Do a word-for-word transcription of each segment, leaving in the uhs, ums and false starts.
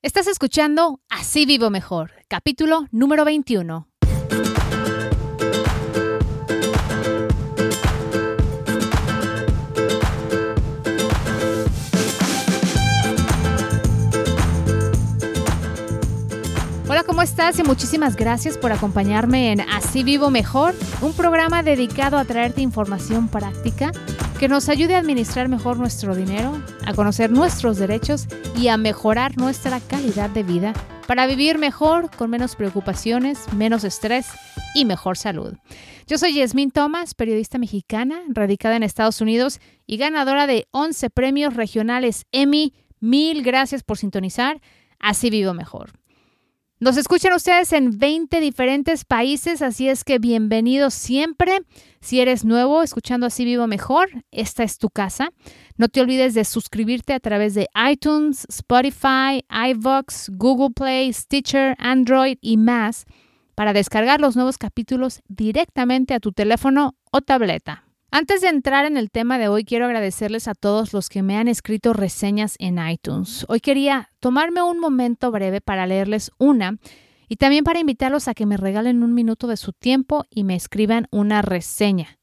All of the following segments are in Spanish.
Estás escuchando Así Vivo Mejor, capítulo número veintiuno. Hola, ¿cómo estás? Y muchísimas gracias por acompañarme en Así Vivo Mejor, un programa dedicado a traerte información práctica que nos ayude a administrar mejor nuestro dinero, a conocer nuestros derechos y a mejorar nuestra calidad de vida para vivir mejor, con menos preocupaciones, menos estrés y mejor salud. Yo soy Yasmín Thomas, periodista mexicana, radicada en Estados Unidos y ganadora de once premios regionales Emmy. Mil gracias por sintonizar Así Vivo Mejor. Nos escuchan ustedes en veinte diferentes países, así es que bienvenidos siempre. Si eres nuevo escuchando Así Vivo Mejor, esta es tu casa. No te olvides de suscribirte a través de iTunes, Spotify, iVoox, Google Play, Stitcher, Android y más para descargar los nuevos capítulos directamente a tu teléfono o tableta. Antes de entrar en el tema de hoy, quiero agradecerles a todos los que me han escrito reseñas en iTunes. Hoy quería tomarme un momento breve para leerles una y también para invitarlos a que me regalen un minuto de su tiempo y me escriban una reseña.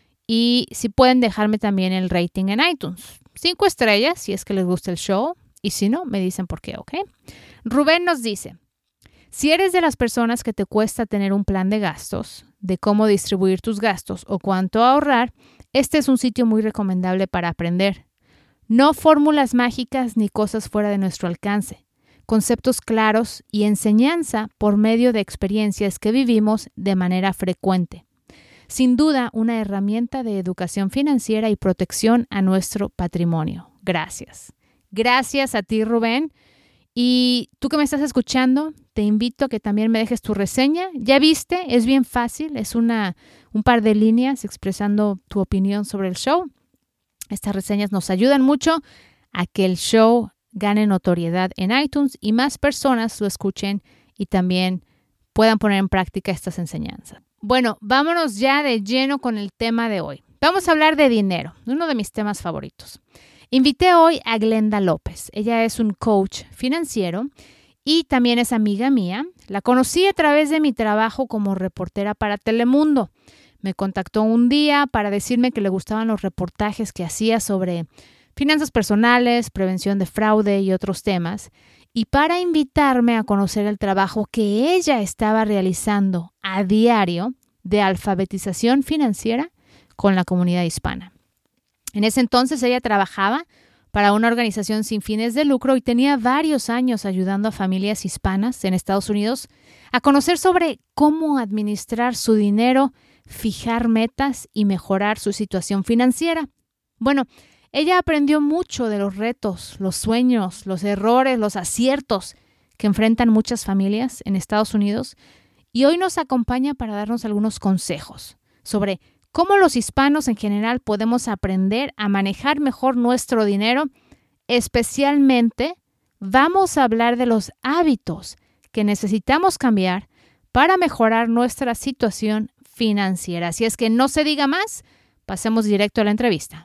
Y si pueden dejarme también el rating en iTunes. Cinco estrellas si es que les gusta el show y si no, me dicen por qué, ¿ok? Rubén nos dice: si eres de las personas que te cuesta tener un plan de gastos, de cómo distribuir tus gastos o cuánto ahorrar, este es un sitio muy recomendable para aprender. No fórmulas mágicas ni cosas fuera de nuestro alcance. Conceptos claros y enseñanza por medio de experiencias que vivimos de manera frecuente. Sin duda, una herramienta de educación financiera y protección a nuestro patrimonio. Gracias. Gracias a ti, Rubén. Y tú que me estás escuchando, te invito a que también me dejes tu reseña. Ya viste, es bien fácil, es una, un par de líneas expresando tu opinión sobre el show. Estas reseñas nos ayudan mucho a que el show gane notoriedad en iTunes y más personas lo escuchen y también puedan poner en práctica estas enseñanzas. Bueno, vámonos ya de lleno con el tema de hoy. Vamos a hablar de dinero, uno de mis temas favoritos. Invité hoy a Glenda López. Ella es un coach financiero y también es amiga mía. La conocí a través de mi trabajo como reportera para Telemundo. Me contactó un día para decirme que le gustaban los reportajes que hacía sobre finanzas personales, prevención de fraude y otros temas, y para invitarme a conocer el trabajo que ella estaba realizando a diario de alfabetización financiera con la comunidad hispana. En ese entonces ella trabajaba para una organización sin fines de lucro y tenía varios años ayudando a familias hispanas en Estados Unidos a conocer sobre cómo administrar su dinero, fijar metas y mejorar su situación financiera. Bueno, ella aprendió mucho de los retos, los sueños, los errores, los aciertos que enfrentan muchas familias en Estados Unidos y hoy nos acompaña para darnos algunos consejos sobre cómo los hispanos en general podemos aprender a manejar mejor nuestro dinero. Especialmente, vamos a hablar de los hábitos que necesitamos cambiar para mejorar nuestra situación financiera. Así es que no se diga más, pasemos directo a la entrevista.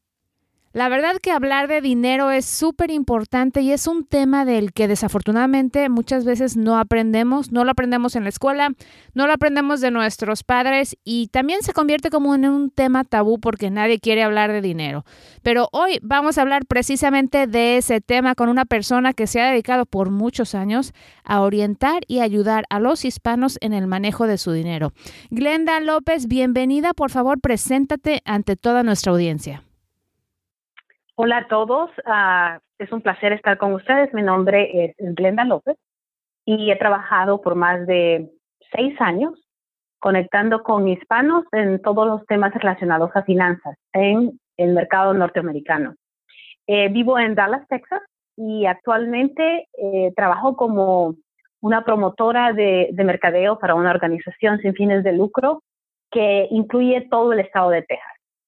La verdad que hablar de dinero es súper importante y es un tema del que desafortunadamente muchas veces no aprendemos, no lo aprendemos en la escuela, no lo aprendemos de nuestros padres y también se convierte como en un tema tabú porque nadie quiere hablar de dinero. Pero hoy vamos a hablar precisamente de ese tema con una persona que se ha dedicado por muchos años a orientar y ayudar a los hispanos en el manejo de su dinero. Glenda López, bienvenida, por favor, preséntate ante toda nuestra audiencia. Hola a todos, uh, es un placer estar con ustedes. Mi nombre es Glenda López y he trabajado por más de seis años conectando con hispanos en todos los temas relacionados a finanzas en el mercado norteamericano. Eh, vivo en Dallas, Texas y actualmente eh, trabajo como una promotora de, de mercadeo para una organización sin fines de lucro que incluye todo el estado de Texas.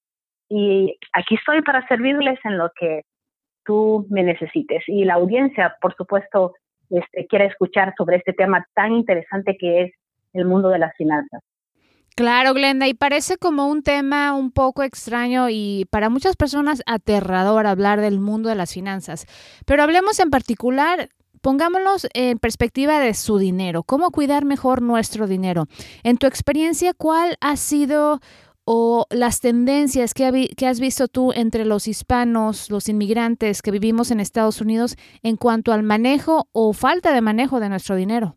Y aquí estoy para servirles en lo que tú me necesites. Y la audiencia, por supuesto, este, quiere escuchar sobre este tema tan interesante que es el mundo de las finanzas. Claro, Glenda, y parece como un tema un poco extraño y para muchas personas aterrador hablar del mundo de las finanzas. Pero hablemos en particular, pongámonos en perspectiva de su dinero. ¿Cómo cuidar mejor nuestro dinero? En tu experiencia, ¿cuál ha sido o las tendencias que, ha- que has visto tú entre los hispanos, los inmigrantes que vivimos en Estados Unidos en cuanto al manejo o falta de manejo de nuestro dinero?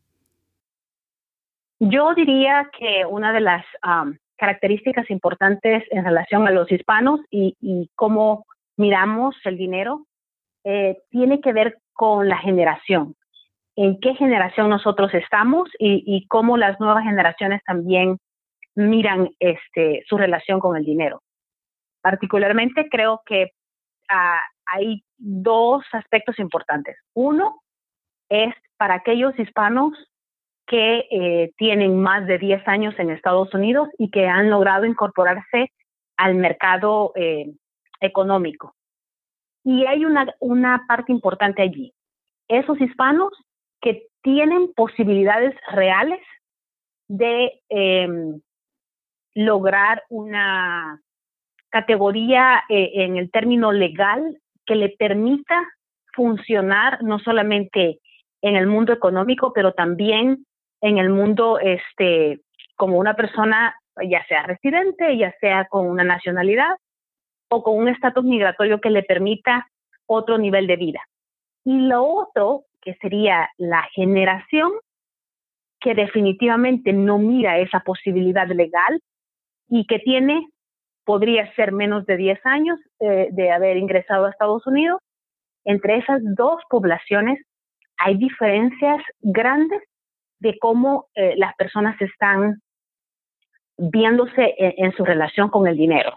Yo diría que una de las am, características importantes en relación a los hispanos y, y cómo miramos el dinero eh, tiene que ver con la generación, en qué generación nosotros estamos y, y cómo las nuevas generaciones también miran este, su relación con el dinero. Particularmente creo que ah, hay dos aspectos importantes. Uno es para aquellos hispanos que eh, tienen más de diez años en Estados Unidos y que han logrado incorporarse al mercado eh, económico. Y hay una, una parte importante allí. Esos hispanos que tienen posibilidades reales de eh, lograr una categoría eh, en el término legal que le permita funcionar no solamente en el mundo económico, pero también en el mundo este, como una persona, ya sea residente, ya sea con una nacionalidad o con un estatus migratorio que le permita otro nivel de vida. Y lo otro, que sería la generación que definitivamente no mira esa posibilidad legal y que tiene, podría ser menos de diez años eh, de haber ingresado a Estados Unidos. Entre esas dos poblaciones hay diferencias grandes de cómo eh, las personas están viéndose en, en su relación con el dinero.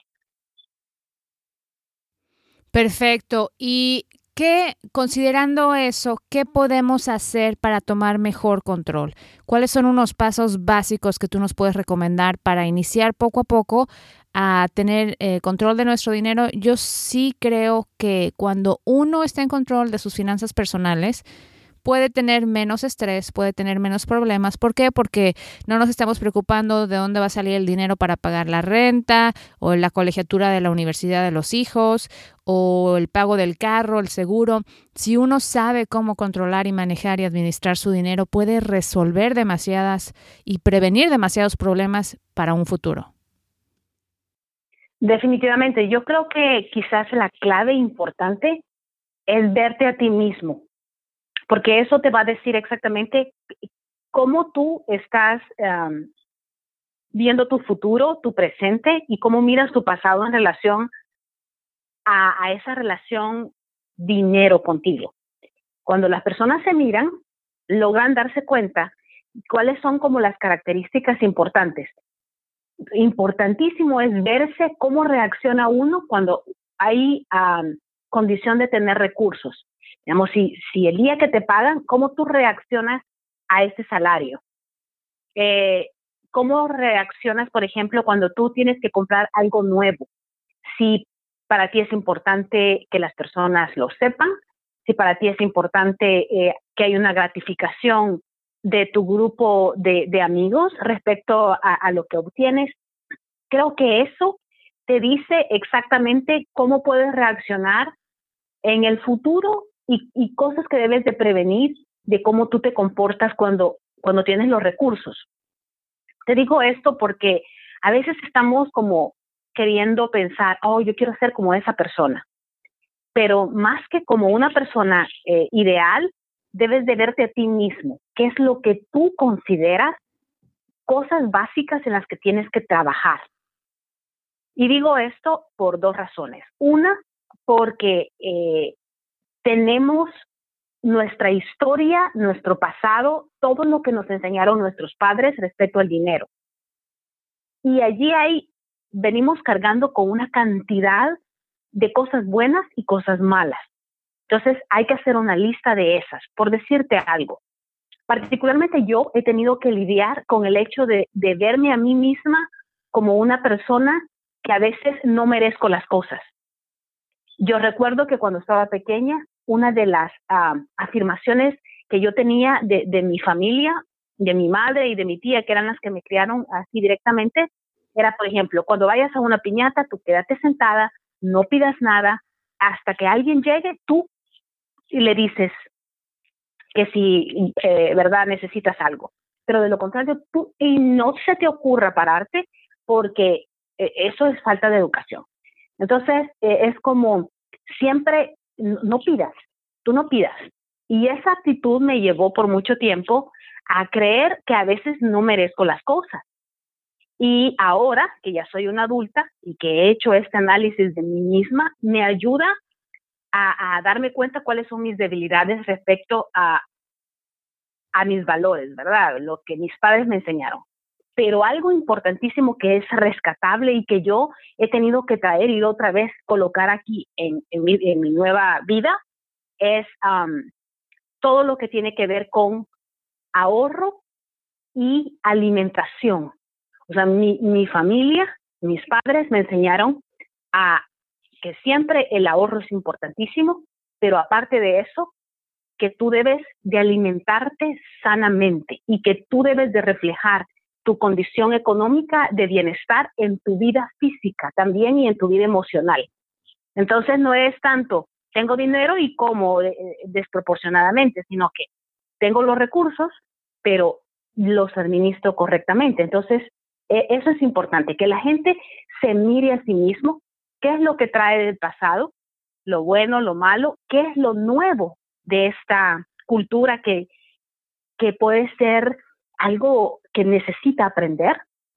Perfecto. ¿Y qué, considerando eso, qué podemos hacer para tomar mejor control? ¿Cuáles son unos pasos básicos que tú nos puedes recomendar para iniciar poco a poco a tener eh, control de nuestro dinero? Yo sí creo que cuando uno está en control de sus finanzas personales, puede tener menos estrés, puede tener menos problemas. ¿Por qué? Porque no nos estamos preocupando de dónde va a salir el dinero para pagar la renta o la colegiatura de la universidad de los hijos o el pago del carro, el seguro. Si uno sabe cómo controlar y manejar y administrar su dinero, puede resolver demasiadas y prevenir demasiados problemas para un futuro. Definitivamente, yo creo que quizás la clave importante es verte a ti mismo, porque eso te va a decir exactamente cómo tú estás um, viendo tu futuro, tu presente y cómo miras tu pasado en relación a, a esa relación dinero contigo. Cuando las personas se miran, logran darse cuenta cuáles son como las características importantes. Importantísimo es verse cómo reacciona uno cuando hay um, condición de tener recursos. Digamos, si, si el día que te pagan, ¿cómo tú reaccionas a ese salario? Eh, ¿Cómo reaccionas, por ejemplo, cuando tú tienes que comprar algo nuevo? Si para ti es importante que las personas lo sepan, si para ti es importante eh, que haya una gratificación de tu grupo de, de amigos respecto a, a lo que obtienes, creo que eso te dice exactamente cómo puedes reaccionar en el futuro y, y cosas que debes de prevenir de cómo tú te comportas cuando, cuando tienes los recursos. Te digo esto porque a veces estamos como queriendo pensar, oh, yo quiero ser como esa persona. Pero más que como una persona eh, ideal, debes de verte a ti mismo. ¿Qué es lo que tú consideras cosas básicas en las que tienes que trabajar? Y digo esto por dos razones. Una, porque eh, tenemos nuestra historia, nuestro pasado, todo lo que nos enseñaron nuestros padres respecto al dinero. Y allí hay, venimos cargando con una cantidad de cosas buenas y cosas malas. Entonces hay que hacer una lista de esas. Por decirte algo, particularmente yo he tenido que lidiar con el hecho de, de verme a mí misma como una persona que a veces no merezco las cosas. Yo recuerdo que cuando estaba pequeña, una de las uh, afirmaciones que yo tenía de, de mi familia, de mi madre y de mi tía, que eran las que me criaron así directamente, era, por ejemplo, cuando vayas a una piñata, tú quédate sentada, no pidas nada, hasta que alguien llegue, tú y le dices, que si, eh, ¿verdad?, necesitas algo. Pero de lo contrario, tú, y no se te ocurra pararte porque eh, eso es falta de educación. Entonces, eh, es como siempre, no, no pidas, tú no pidas. Y esa actitud me llevó por mucho tiempo a creer que a veces no merezco las cosas. Y ahora que ya soy una adulta y que he hecho este análisis de mí misma, me ayuda a, a darme cuenta cuáles son mis debilidades respecto a, a mis valores, ¿verdad? Lo que mis padres me enseñaron. Pero algo importantísimo que es rescatable y que yo he tenido que traer y otra vez colocar aquí en, en, mi, en mi nueva vida es um, todo lo que tiene que ver con ahorro y alimentación. O sea, mi, mi familia, mis padres me enseñaron a que siempre el ahorro es importantísimo, pero aparte de eso, que tú debes de alimentarte sanamente y que tú debes de reflejar tu condición económica de bienestar en tu vida física también y en tu vida emocional. Entonces no es tanto, tengo dinero y como eh, desproporcionadamente, sino que tengo los recursos, pero los administro correctamente. Entonces, eh, eso es importante, que la gente se mire a sí mismo, qué es lo que trae del pasado, lo bueno, lo malo, qué es lo nuevo de esta cultura que, que puede ser algo que necesita aprender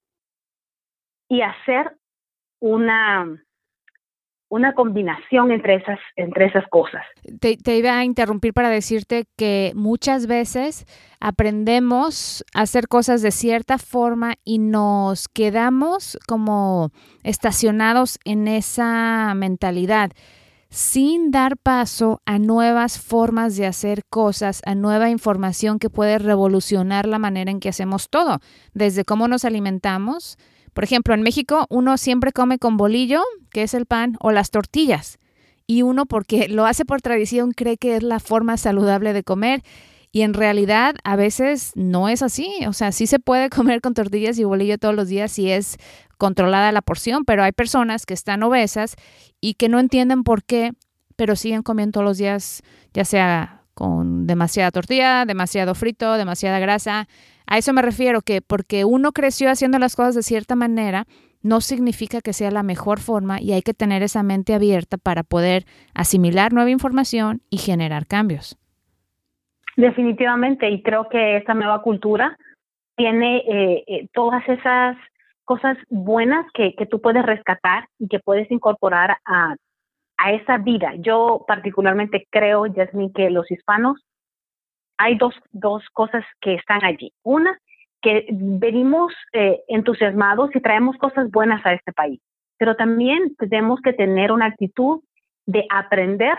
y hacer una, una combinación entre esas, entre esas cosas. Te, te iba a interrumpir para decirte que muchas veces aprendemos a hacer cosas de cierta forma y nos quedamos como estacionados en esa mentalidad, sin dar paso a nuevas formas de hacer cosas, a nueva información que puede revolucionar la manera en que hacemos todo, desde cómo nos alimentamos. Por ejemplo, en México uno siempre come con bolillo, que es el pan, o las tortillas. Y uno, porque lo hace por tradición, cree que es la forma saludable de comer. Y en realidad a veces no es así. O sea, sí se puede comer con tortillas y bolillo todos los días si es controlada la porción, pero hay personas que están obesas y que no entienden por qué, pero siguen comiendo todos los días, ya sea con demasiada tortilla, demasiado frito, demasiada grasa. A eso me refiero, que porque uno creció haciendo las cosas de cierta manera, no significa que sea la mejor forma y hay que tener esa mente abierta para poder asimilar nueva información y generar cambios. Definitivamente, y creo que esta nueva cultura tiene eh, eh, todas esas cosas buenas que, que tú puedes rescatar y que puedes incorporar a, a esa vida. Yo particularmente creo, Yasmín, que los hispanos, hay dos, dos cosas que están allí. Una, que venimos eh, entusiasmados y traemos cosas buenas a este país, pero también tenemos que tener una actitud de aprender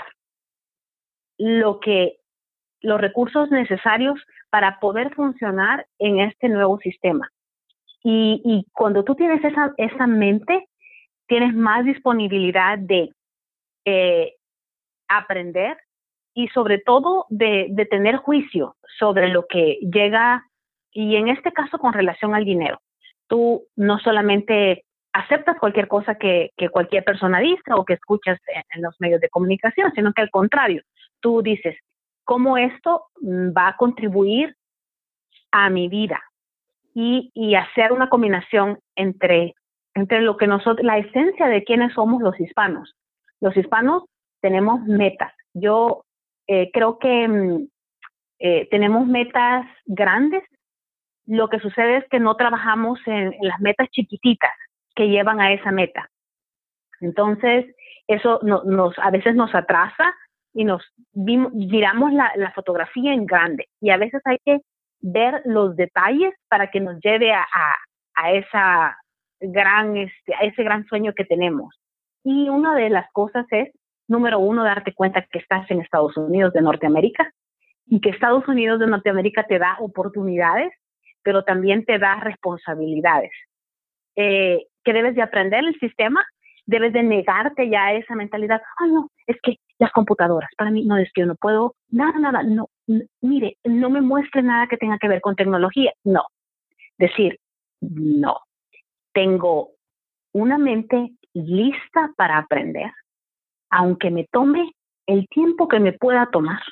lo que los recursos necesarios para poder funcionar en este nuevo sistema. Y, y cuando tú tienes esa, esa mente, tienes más disponibilidad de eh, aprender y sobre todo de, de tener juicio sobre lo que llega, y en este caso con relación al dinero. Tú no solamente aceptas cualquier cosa que, que cualquier persona dice o que escuchas en, en los medios de comunicación, sino que al contrario, tú dices, ¿cómo esto va a contribuir a mi vida? Y, y hacer una combinación entre, entre lo que nosotros, la esencia de quiénes somos los hispanos. Los hispanos tenemos metas. Yo eh, creo que eh, tenemos metas grandes. Lo que sucede es que no trabajamos en, en las metas chiquititas que llevan a esa meta. Entonces, eso no, nos, a veces nos atrasa y nos vimos, miramos la, la fotografía en grande. Y a veces hay que ver los detalles para que nos lleve a, a, a, esa gran, este, a ese gran sueño que tenemos. Y una de las cosas es, número uno, darte cuenta que estás en Estados Unidos de Norteamérica y que Estados Unidos de Norteamérica te da oportunidades, pero también te da responsabilidades. Eh, que debes de aprender el sistema, debes de negarte ya a esa mentalidad. Ay, no, es que las computadoras, para mí, no, es que yo no puedo, nada, nada, no, no, mire, no me muestre nada que tenga que ver con tecnología. No, decir, no, tengo una mente lista para aprender, aunque me tome el tiempo que me pueda tomar.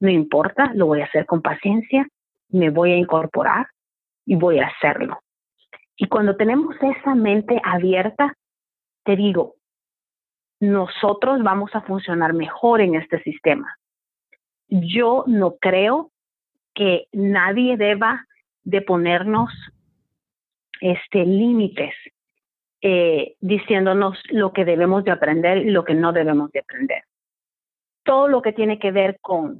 no importa, lo voy a hacer con paciencia, me voy a incorporar y voy a hacerlo. Y cuando tenemos esa mente abierta, te digo, nosotros vamos a funcionar mejor en este sistema. Yo no creo que nadie deba de ponernos este, límites eh, diciéndonos lo que debemos de aprender y lo que no debemos de aprender. Todo lo que tiene que ver con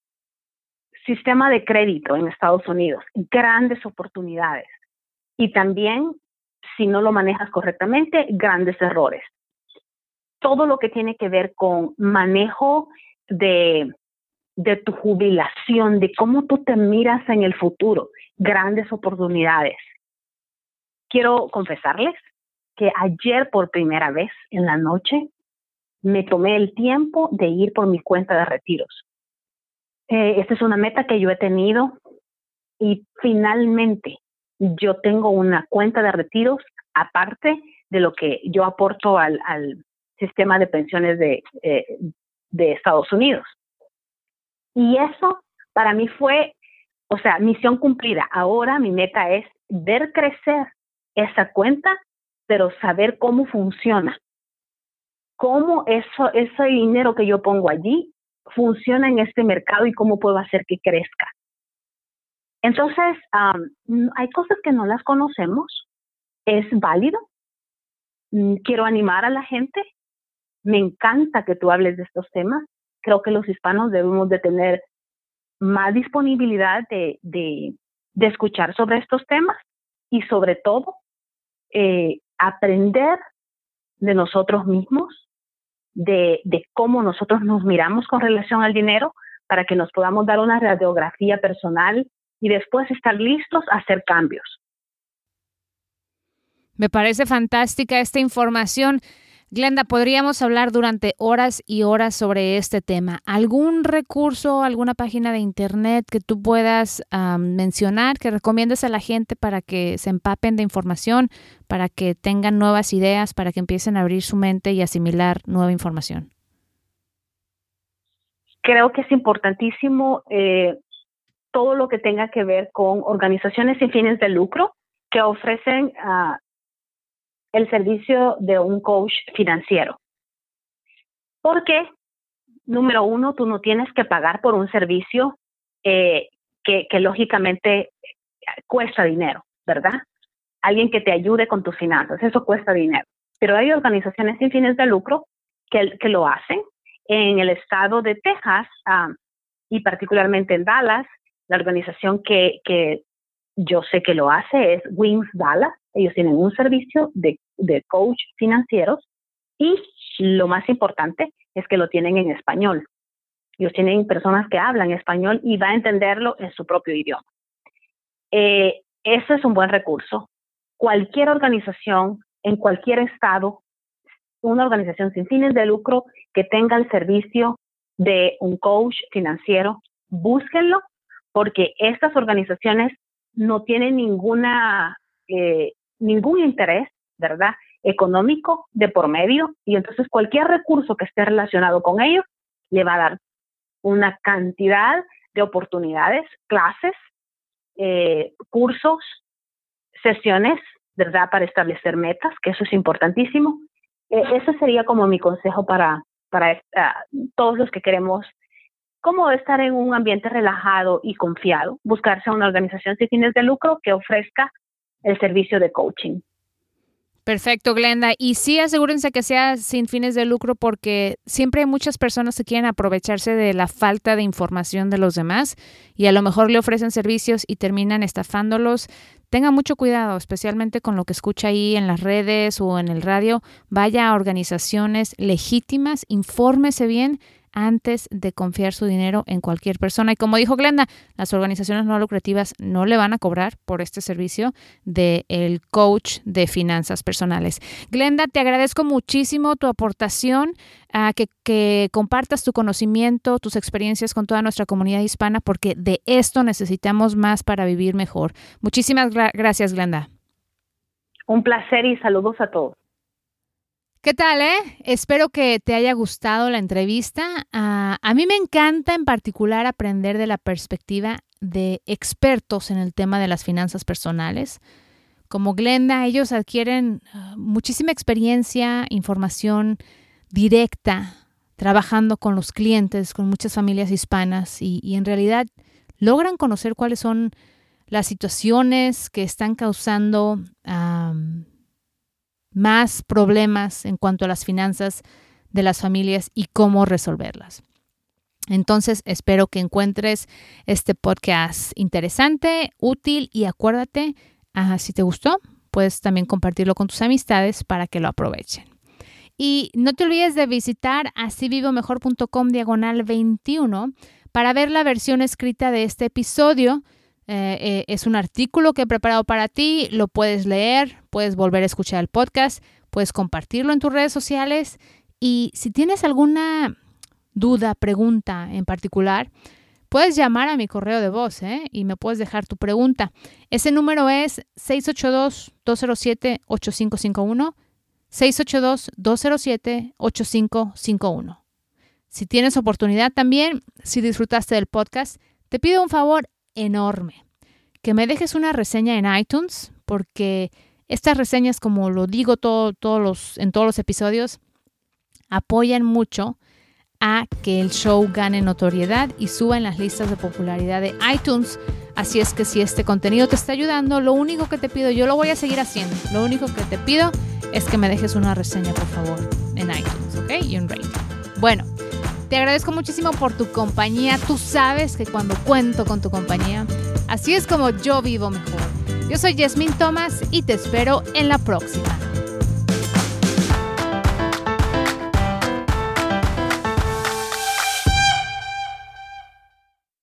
sistema de crédito en Estados Unidos, grandes oportunidades. Y también, si no lo manejas correctamente, grandes errores. Todo lo que tiene que ver con manejo de, de tu jubilación, de cómo tú te miras en el futuro, grandes oportunidades. Quiero confesarles que ayer por primera vez en la noche me tomé el tiempo de ir por mi cuenta de retiros. Eh, esta es una meta que yo he tenido y finalmente yo tengo una cuenta de retiros aparte de lo que yo aporto al, al sistema de pensiones de, eh, de Estados Unidos. Y eso para mí fue, o sea, misión cumplida. Ahora mi meta es ver crecer esa cuenta, pero saber cómo funciona. Cómo eso, ese dinero que yo pongo allí funciona en este mercado y cómo puedo hacer que crezca. Entonces, um, hay cosas que no las conocemos. Es válido. Mm, quiero animar a la gente. Me encanta que tú hables de estos temas. Creo que los hispanos debemos de tener más disponibilidad de, de, de escuchar sobre estos temas y sobre todo eh, aprender de nosotros mismos, de, de cómo nosotros nos miramos con relación al dinero para que nos podamos dar una radiografía personal y después estar listos a hacer cambios. Me parece fantástica esta información. Glenda, podríamos hablar durante horas y horas sobre este tema. ¿Algún recurso, alguna página de internet que tú puedas um, mencionar, que recomiendes a la gente para que se empapen de información, para que tengan nuevas ideas, para que empiecen a abrir su mente y asimilar nueva información? Creo que es importantísimo eh, todo lo que tenga que ver con organizaciones sin fines de lucro que ofrecen uh, el servicio de un coach financiero. Porque, número uno, tú no tienes que pagar por un servicio eh, que, que lógicamente cuesta dinero, ¿verdad? Alguien que te ayude con tus finanzas, eso cuesta dinero. Pero hay organizaciones sin fines de lucro que, que lo hacen. En el estado de Texas um, y particularmente en Dallas, la organización que, que yo sé que lo hace es Wings Dallas. Ellos tienen un servicio de, de coach financieros y lo más importante es que lo tienen en español. Ellos tienen personas que hablan español y va a entenderlo en su propio idioma. Eh, eso es un buen recurso. Cualquier organización en cualquier estado, una organización sin fines de lucro que tenga el servicio de un coach financiero, búsquenlo porque estas organizaciones no tienen ninguna... Eh, ningún interés, ¿verdad?, económico de por medio, y entonces cualquier recurso que esté relacionado con ellos le va a dar una cantidad de oportunidades, clases, eh, cursos, sesiones, ¿verdad?, para establecer metas, que eso es importantísimo. Eh, ese sería como mi consejo para, para uh, todos los que queremos cómo estar en un ambiente relajado y confiado, buscarse una organización sin fines de lucro que ofrezca el servicio de coaching. Perfecto, Glenda. Y sí, asegúrense que sea sin fines de lucro porque siempre hay muchas personas que quieren aprovecharse de la falta de información de los demás y a lo mejor le ofrecen servicios y terminan estafándolos. Tenga mucho cuidado, especialmente con lo que escucha ahí en las redes o en el radio. Vaya a organizaciones legítimas, infórmese bien antes de confiar su dinero en cualquier persona. Y como dijo Glenda, las organizaciones no lucrativas no le van a cobrar por este servicio de el coach de finanzas personales. Glenda, te agradezco muchísimo tu aportación, uh, que, que compartas tu conocimiento, tus experiencias con toda nuestra comunidad hispana, porque de esto necesitamos más para vivir mejor. Muchísimas gra- gracias, Glenda. Un placer y saludos a todos. ¿Qué tal, eh? Espero que te haya gustado la entrevista. Uh, a mí me encanta en particular aprender de la perspectiva de expertos en el tema de las finanzas personales. Como Glenda, ellos adquieren uh, muchísima experiencia, información directa, trabajando con los clientes, con muchas familias hispanas y, y en realidad logran conocer cuáles son las situaciones que están causando um, más problemas en cuanto a las finanzas de las familias y cómo resolverlas. Entonces, espero que encuentres este podcast interesante, útil y acuérdate, uh, si te gustó, puedes también compartirlo con tus amistades para que lo aprovechen. Y no te olvides de visitar asivivomejor.com diagonal 21 para ver la versión escrita de este episodio. Eh, eh, es un artículo que he preparado para ti, lo puedes leer, puedes volver a escuchar el podcast, puedes compartirlo en tus redes sociales y si tienes alguna duda, pregunta en particular, puedes llamar a mi correo de voz ¿eh? y me puedes dejar tu pregunta. Ese número es seis ocho dos, dos cero siete, ocho cinco cinco uno, seis ocho dos, dos cero siete, ocho cinco cinco uno. Si tienes oportunidad también, si disfrutaste del podcast, te pido un favor enorme, que me dejes una reseña en iTunes, porque estas reseñas, como lo digo todo, todos los, en todos los episodios, apoyan mucho a que el show gane notoriedad y suba en las listas de popularidad de iTunes. Así es que si este contenido te está ayudando, lo único que te pido, yo lo voy a seguir haciendo, lo único que te pido es que me dejes una reseña, por favor, en iTunes, ¿ok? Y un rating. Bueno, te agradezco muchísimo por tu compañía. Tú sabes que cuando cuento con tu compañía, así es como yo vivo mejor. Yo soy Yasmín Thomas y te espero en la próxima.